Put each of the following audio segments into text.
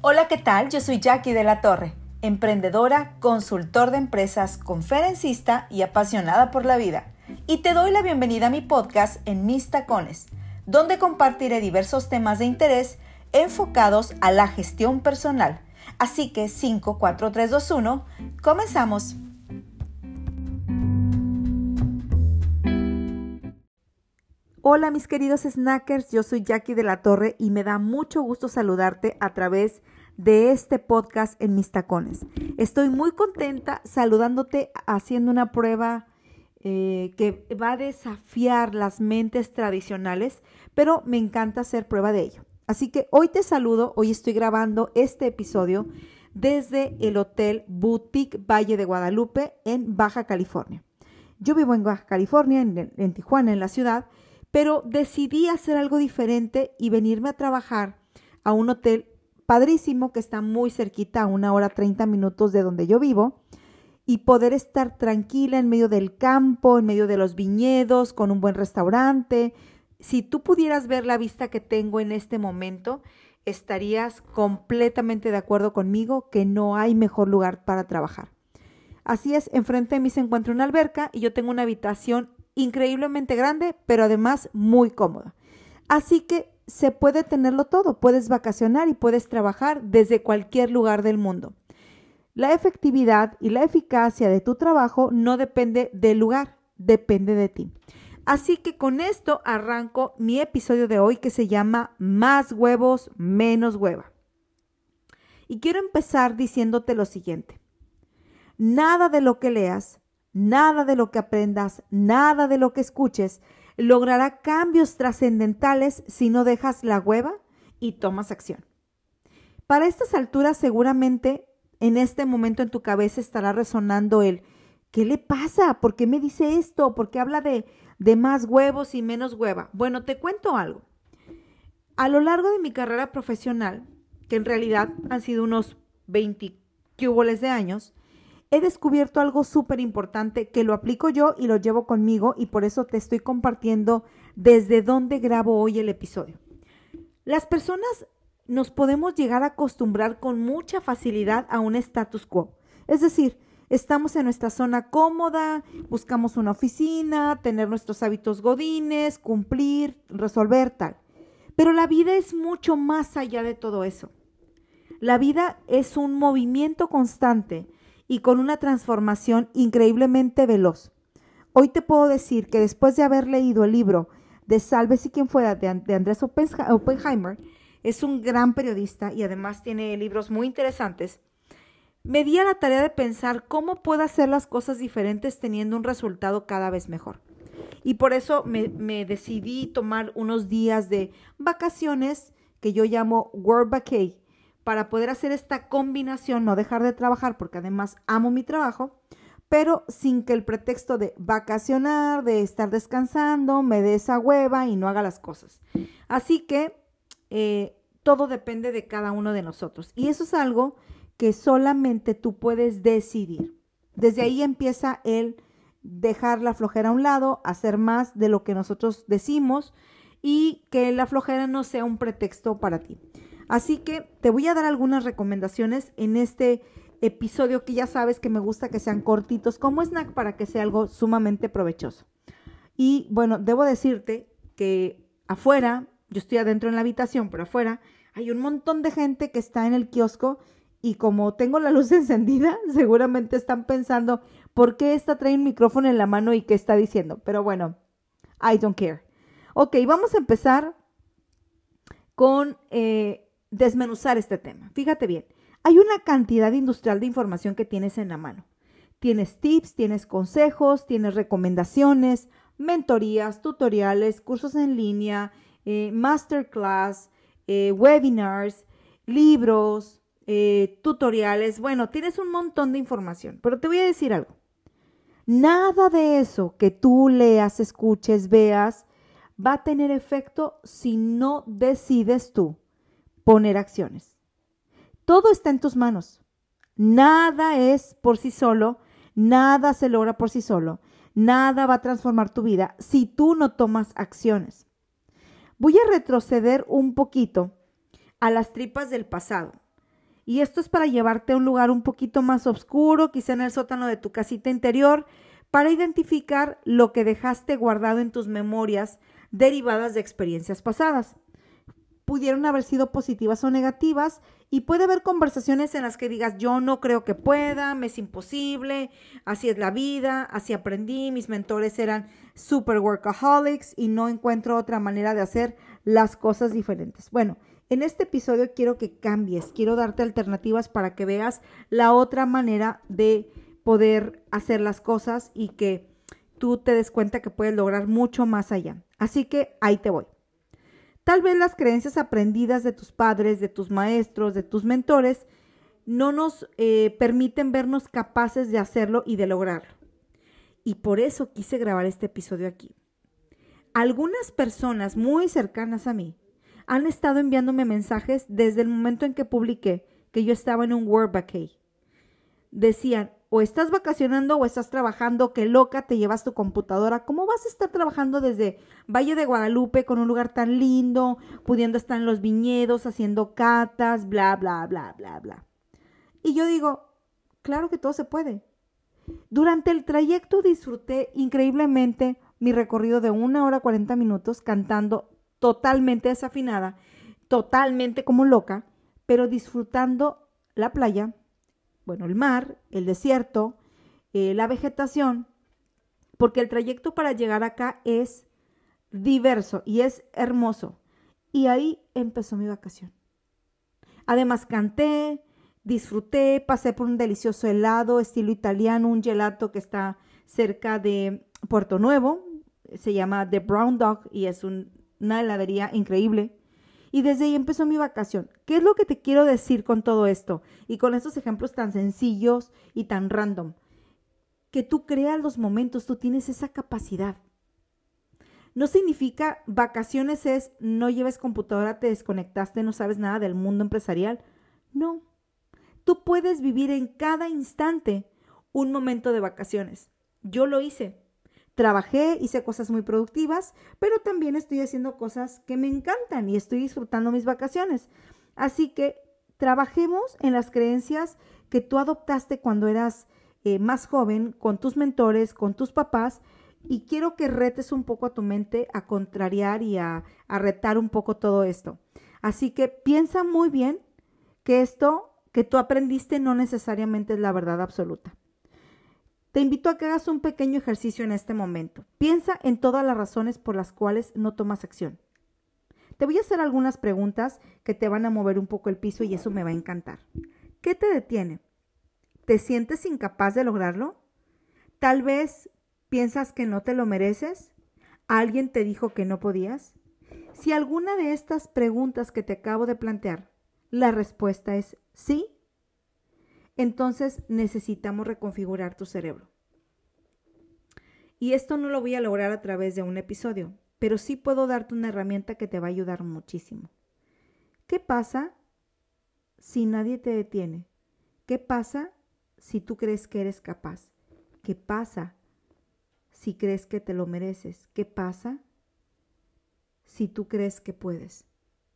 Hola, ¿qué tal? Yo soy Jackie de la Torre, emprendedora, consultor de empresas, conferencista y apasionada por la vida. Y te doy la bienvenida a mi podcast En Mis Tacones, donde compartiré diversos temas de interés enfocados a la gestión personal. Así que 5, 4, 3, 2, 1, comenzamos. Hola mis queridos snackers, yo soy Jackie de la Torre y me da mucho gusto saludarte a través de este podcast En Mis Tacones. Estoy muy contenta saludándote haciendo una prueba que va a desafiar las mentes tradicionales, pero me encanta hacer prueba de ello. Así que hoy te saludo, hoy estoy grabando este episodio desde el Hotel Boutique Valle de Guadalupe en Baja California. Yo vivo en Baja California, en Tijuana, en la ciudad, pero decidí hacer algo diferente y venirme a trabajar a un hotel padrísimo que está muy cerquita, a 1 hora 30 minutos de donde yo vivo, y poder estar tranquila en medio del campo, en medio de los viñedos, con un buen restaurante. Si tú pudieras ver la vista que tengo en este momento, estarías completamente de acuerdo conmigo que no hay mejor lugar para trabajar. Así es, enfrente de mí se encuentra una alberca y yo tengo una habitación increíblemente grande, pero además muy cómoda. Así que se puede tenerlo todo, puedes vacacionar y puedes trabajar desde cualquier lugar del mundo. La efectividad y la eficacia de tu trabajo no depende del lugar, depende de ti. Así que con esto arranco mi episodio de hoy que se llama Más huevos, menos hueva. Y quiero empezar diciéndote lo siguiente. Nada de lo que leas, nada de lo que aprendas, nada de lo que escuches logrará cambios trascendentales si no dejas la hueva y tomas acción. Para estas alturas seguramente en este momento en tu cabeza estará resonando el ¿qué le pasa? ¿Por qué me dice esto? ¿Por qué habla de más huevos y menos hueva? Bueno, te cuento algo. A lo largo de mi carrera profesional, que en realidad han sido unos 20 de años, he descubierto algo súper importante que lo aplico yo y lo llevo conmigo y por eso te estoy compartiendo desde dónde grabo hoy el episodio. Las personas nos podemos llegar a acostumbrar con mucha facilidad a un status quo. Es decir, estamos en nuestra zona cómoda, buscamos una oficina, tener nuestros hábitos godines, cumplir, resolver tal. Pero la vida es mucho más allá de todo eso. La vida es un movimiento constante y con una transformación increíblemente veloz. Hoy te puedo decir que después de haber leído el libro de Sálvese quien fuera de Andrés Oppenheimer, es un gran periodista y además tiene libros muy interesantes, me di a la tarea de pensar cómo puedo hacer las cosas diferentes teniendo un resultado cada vez mejor. Y por eso me decidí tomar unos días de vacaciones que yo llamo Work Vacay, para poder hacer esta combinación, no dejar de trabajar porque además amo mi trabajo, pero sin que el pretexto de vacacionar, de estar descansando, me dé esa hueva y no haga las cosas. Así que todo depende de cada uno de nosotros y eso es algo que solamente tú puedes decidir. Desde ahí empieza el dejar la flojera a un lado, hacer más de lo que nosotros decimos y que la flojera no sea un pretexto para ti. Así que te voy a dar algunas recomendaciones en este episodio que ya sabes que me gusta que sean cortitos como snack para que sea algo sumamente provechoso. Y bueno, debo decirte que afuera, yo estoy adentro en la habitación, pero afuera hay un montón de gente que está en el kiosco y como tengo la luz encendida, seguramente están pensando ¿por qué esta trae un micrófono en la mano y qué está diciendo? Pero bueno, I don't care. Ok, vamos a empezar con desmenuzar este tema. Fíjate bien, hay una cantidad industrial de información que tienes en la mano. Tienes tips, tienes consejos, tienes recomendaciones, mentorías, tutoriales, cursos en línea, masterclass, webinars, libros, tutoriales. Bueno, tienes un montón de información, pero te voy a decir algo. Nada de eso que tú leas, escuches, veas, va a tener efecto si no decides tú poner acciones. Todo está en tus manos. Nada es por sí solo, nada se logra por sí solo, nada va a transformar tu vida si tú no tomas acciones. Voy a retroceder un poquito a las tripas del pasado. Y esto es para llevarte a un lugar un poquito más oscuro, quizá en el sótano de tu casita interior, para identificar lo que dejaste guardado en tus memorias derivadas de experiencias pasadas. Pudieron haber sido positivas o negativas y puede haber conversaciones en las que digas, yo no creo que pueda, me es imposible, así es la vida, así aprendí, mis mentores eran super workaholics y no encuentro otra manera de hacer las cosas diferentes. Bueno, en este episodio quiero que cambies, quiero darte alternativas para que veas la otra manera de poder hacer las cosas y que tú te des cuenta que puedes lograr mucho más allá. Así que ahí te voy. Tal vez las creencias aprendidas de tus padres, de tus maestros, de tus mentores, no nos permiten vernos capaces de hacerlo y de lograrlo. Y por eso quise grabar este episodio aquí. Algunas personas muy cercanas a mí han estado enviándome mensajes desde el momento en que publiqué que yo estaba en un work vacay. Decían, o estás vacacionando o estás trabajando, qué loca, te llevas tu computadora. ¿Cómo vas a estar trabajando desde Valle de Guadalupe con un lugar tan lindo, pudiendo estar en los viñedos, haciendo catas, bla, bla, bla, bla, bla? Y yo digo, claro que todo se puede. Durante el trayecto disfruté increíblemente mi recorrido de 1 hora 40 minutos cantando totalmente desafinada, totalmente como loca, pero disfrutando la playa, bueno, el mar, el desierto, la vegetación, porque el trayecto para llegar acá es diverso y es hermoso. Y ahí empezó mi vacación. Además canté, disfruté, pasé por un delicioso helado estilo italiano, un gelato que está cerca de Puerto Nuevo, se llama The Brown Dog y es una heladería increíble. Y desde ahí empezó mi vacación. ¿Qué es lo que te quiero decir con todo esto? Y con estos ejemplos tan sencillos y tan random. Que tú creas los momentos, tú tienes esa capacidad. No significa vacaciones es no lleves computadora, te desconectaste, no sabes nada del mundo empresarial. No. Tú puedes vivir en cada instante un momento de vacaciones. Yo lo hice. Trabajé, hice cosas muy productivas, pero también estoy haciendo cosas que me encantan y estoy disfrutando mis vacaciones. Así que trabajemos en las creencias que tú adoptaste cuando eras más joven, con tus mentores, con tus papás, y quiero que retes un poco a tu mente a contrariar y a retar un poco todo esto. Así que piensa muy bien que esto que tú aprendiste no necesariamente es la verdad absoluta. Te invito a que hagas un pequeño ejercicio en este momento. Piensa en todas las razones por las cuales no tomas acción. Te voy a hacer algunas preguntas que te van a mover un poco el piso y eso me va a encantar. ¿Qué te detiene? ¿Te sientes incapaz de lograrlo? Tal vez piensas que no te lo mereces. ¿Alguien te dijo que no podías? Si alguna de estas preguntas que te acabo de plantear, la respuesta es sí, entonces necesitamos reconfigurar tu cerebro. Y esto no lo voy a lograr a través de un episodio, pero sí puedo darte una herramienta que te va a ayudar muchísimo. ¿Qué pasa si nadie te detiene? ¿Qué pasa si tú crees que eres capaz? ¿Qué pasa si crees que te lo mereces? ¿Qué pasa si tú crees que puedes?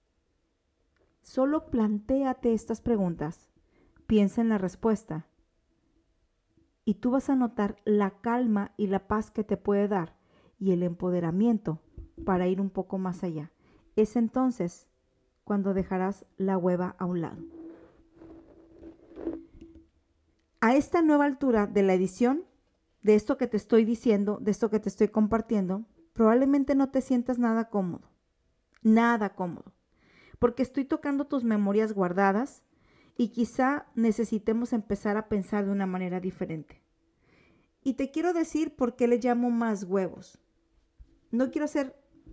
Solo plantéate estas preguntas. Piensa en la respuesta y tú vas a notar la calma y la paz que te puede dar y el empoderamiento para ir un poco más allá. Es entonces cuando dejarás la hueva a un lado. A esta nueva altura de la edición, de esto que te estoy diciendo, de esto que te estoy compartiendo, probablemente no te sientas nada cómodo, porque estoy tocando tus memorias guardadas y quizá necesitemos empezar a pensar de una manera diferente. Y te quiero decir por qué le llamo más huevos. No quiero ser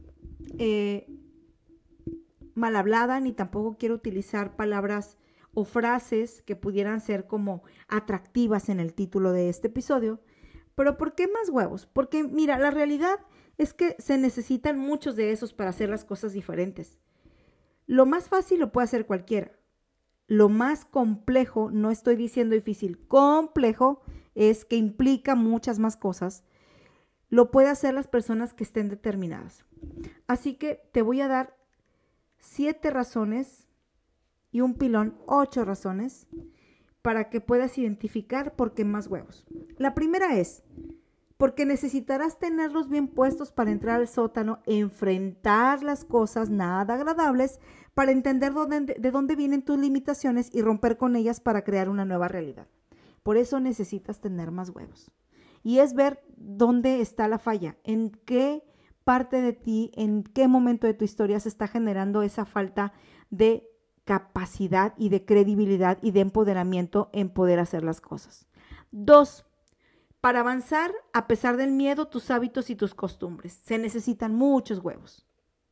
mal hablada, ni tampoco quiero utilizar palabras o frases que pudieran ser como atractivas en el título de este episodio. Pero ¿por qué más huevos? Porque mira, la realidad es que se necesitan muchos de esos para hacer las cosas diferentes. Lo más fácil lo puede hacer cualquiera. Lo más complejo, no estoy diciendo difícil, complejo es que implica muchas más cosas, lo pueden hacer las personas que estén determinadas. Así que te voy a dar 7 razones y un pilón 8 razones para que puedas identificar por qué más huevos. La primera es, porque necesitarás tenerlos bien puestos para entrar al sótano, enfrentar las cosas nada agradables, para entender de dónde vienen tus limitaciones y romper con ellas para crear una nueva realidad. Por eso necesitas tener más huevos. Y es ver dónde está la falla, en qué parte de ti, en qué momento de tu historia se está generando esa falta de capacidad y de credibilidad y de empoderamiento en poder hacer las cosas. 2. Para avanzar, a pesar del miedo, tus hábitos y tus costumbres. Se necesitan muchos huevos.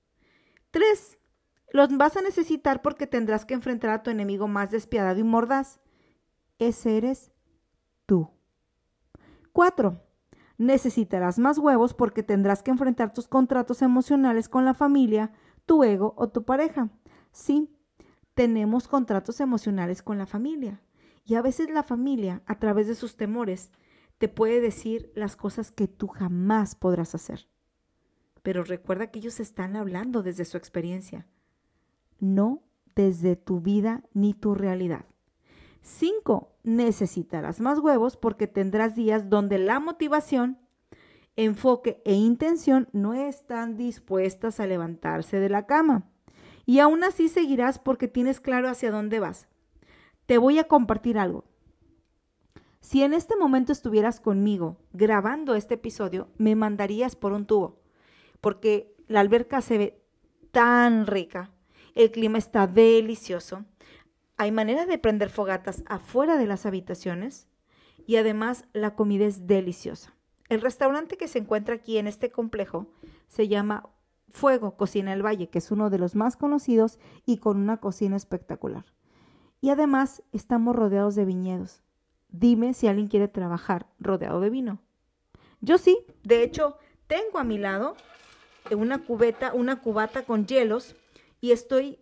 3. Los vas a necesitar porque tendrás que enfrentar a tu enemigo más despiadado y mordaz. Ese eres tú. 4. Necesitarás más huevos porque tendrás que enfrentar tus contratos emocionales con la familia, tu ego o tu pareja. Sí, tenemos contratos emocionales con la familia. Y a veces la familia, a través de sus temores, te puede decir las cosas que tú jamás podrás hacer. Pero recuerda que ellos están hablando desde su experiencia, no desde tu vida ni tu realidad. 5. Necesitarás más huevos porque tendrás días donde la motivación, enfoque e intención no están dispuestas a levantarse de la cama. Y aún así seguirás porque tienes claro hacia dónde vas. Te voy a compartir algo. Si en este momento estuvieras conmigo grabando este episodio, me mandarías por un tubo, porque la alberca se ve tan rica, el clima está delicioso, hay manera de prender fogatas afuera de las habitaciones y además la comida es deliciosa. El restaurante que se encuentra aquí en este complejo se llama Fuego Cocina del Valle, que es uno de los más conocidos y con una cocina espectacular. Y además estamos rodeados de viñedos. Dime si alguien quiere trabajar rodeado de vino. Yo sí, de hecho, tengo a mi lado una cubata con hielos y estoy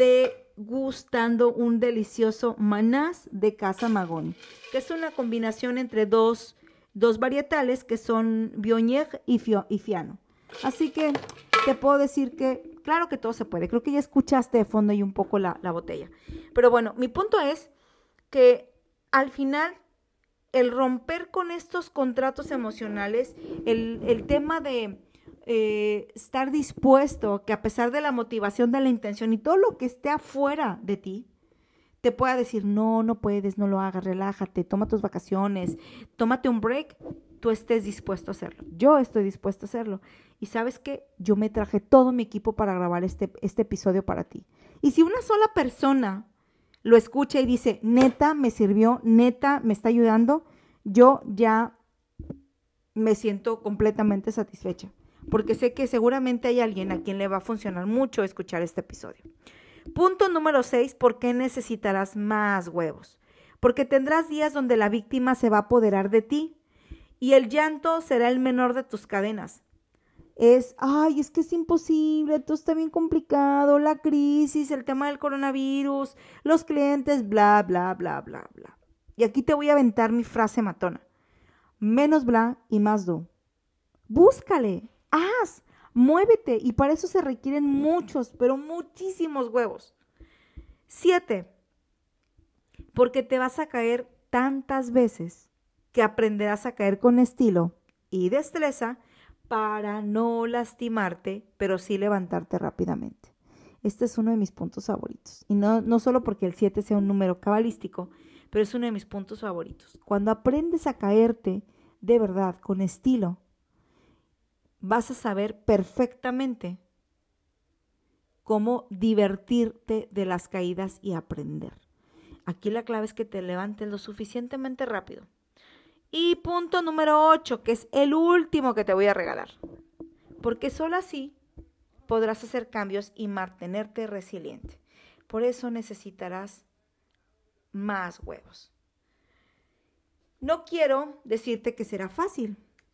degustando un delicioso manás de Casa Magón, que es una combinación entre dos varietales que son Viognier y Fiano. Así que te puedo decir que claro que todo se puede. Creo que ya escuchaste de fondo y un poco la botella. Pero bueno, mi punto es que al final el romper con estos contratos emocionales, el tema de estar dispuesto que a pesar de la motivación, de la intención y todo lo que esté afuera de ti, te pueda decir, no puedes, no lo hagas, relájate, toma tus vacaciones, tómate un break, tú estés dispuesto a hacerlo. Yo estoy dispuesto a hacerlo. Y ¿sabes qué? Yo me traje todo mi equipo para grabar este episodio para ti. Y si una sola persona lo escucha y dice, neta, me sirvió, neta, me está ayudando, yo ya me siento completamente satisfecha. Porque sé que seguramente hay alguien a quien le va a funcionar mucho escuchar este episodio. Punto número 6, ¿por qué necesitarás más huevos? Porque tendrás días donde la víctima se va a apoderar de ti y el llanto será el menor de tus cadenas. Es que es imposible, todo está bien complicado, la crisis, el tema del coronavirus, los clientes, bla, bla, bla, bla, bla. Y aquí te voy a aventar mi frase matona. Menos bla y más do. Búscale, haz, muévete y para eso se requieren muchos, pero muchísimos huevos. 7. Porque te vas a caer tantas veces que aprenderás a caer con estilo y destreza para no lastimarte, pero sí levantarte rápidamente. Este es uno de mis puntos favoritos. Y no solo porque el 7 sea un número cabalístico, pero es uno de mis puntos favoritos. Cuando aprendes a caerte de verdad, con estilo, vas a saber perfectamente cómo divertirte de las caídas y aprender. Aquí la clave es que te levantes lo suficientemente rápido. Y punto número 8, que es el último que te voy a regalar. Porque solo así podrás hacer cambios y mantenerte resiliente. Por eso necesitarás más huevos. No quiero decirte que será fácil,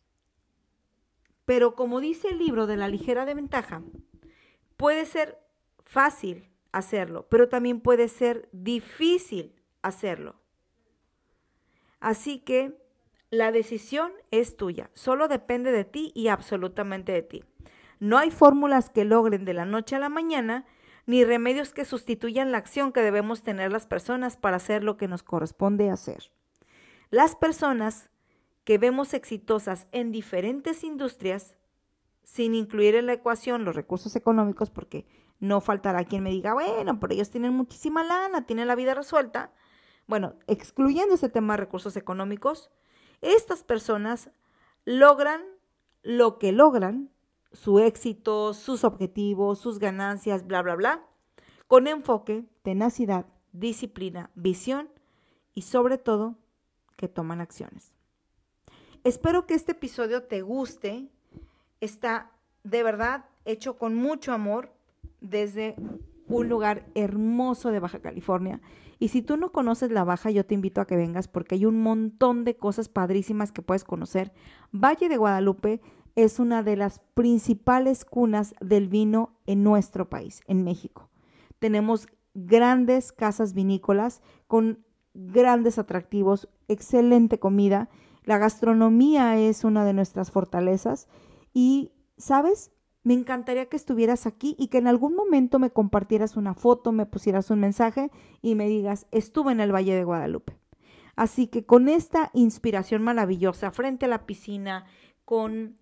pero como dice el libro de La ligera desventaja, puede ser fácil hacerlo, pero también puede ser difícil hacerlo. Así que la decisión es tuya, solo depende de ti y absolutamente de ti. No hay fórmulas que logren de la noche a la mañana, ni remedios que sustituyan la acción que debemos tener las personas para hacer lo que nos corresponde hacer. Las personas que vemos exitosas en diferentes industrias, sin incluir en la ecuación los recursos económicos, porque no faltará quien me diga, bueno, pero ellos tienen muchísima lana, tienen la vida resuelta. Bueno, excluyendo ese tema de recursos económicos, estas personas logran lo que logran, su éxito, sus objetivos, sus ganancias, bla, bla, bla, con enfoque, tenacidad, disciplina, visión y sobre todo que toman acciones. Espero que este episodio te guste. Está de verdad hecho con mucho amor desde un lugar hermoso de Baja California. Y si tú no conoces la Baja, yo te invito a que vengas porque hay un montón de cosas padrísimas que puedes conocer. Valle de Guadalupe es una de las principales cunas del vino en nuestro país, en México. Tenemos grandes casas vinícolas con grandes atractivos, excelente comida. La gastronomía es una de nuestras fortalezas y, ¿sabes? Me encantaría que estuvieras aquí y que en algún momento me compartieras una foto, me pusieras un mensaje y me digas, estuve en el Valle de Guadalupe. Así que con esta inspiración maravillosa, frente a la piscina, con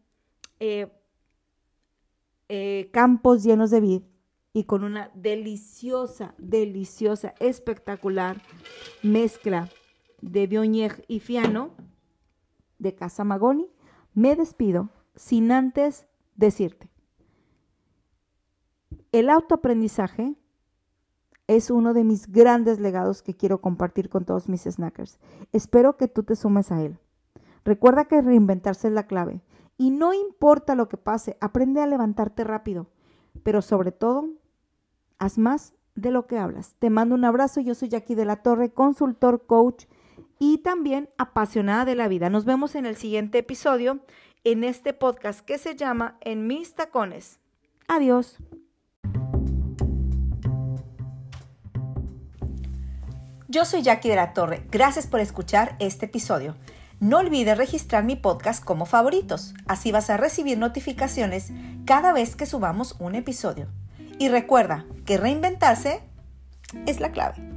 campos llenos de vid y con una deliciosa, espectacular mezcla de Viognier y Fiano de Casa Magoni, me despido sin antes decirte, el autoaprendizaje es uno de mis grandes legados que quiero compartir con todos mis snackers. Espero que tú te sumes a él. Recuerda que reinventarse es la clave y no importa lo que pase, aprende a levantarte rápido, pero sobre todo, haz más de lo que hablas. Te mando un abrazo, yo soy Jackie de la Torre, consultor, coach y también apasionada de la vida. Nos vemos en el siguiente episodio en este podcast que se llama En mis tacones. Adiós. Yo soy Jackie de la Torre. Gracias por escuchar este episodio. No olvides registrar mi podcast como favoritos. Así vas a recibir notificaciones cada vez que subamos un episodio. Y recuerda que reinventarse es la clave.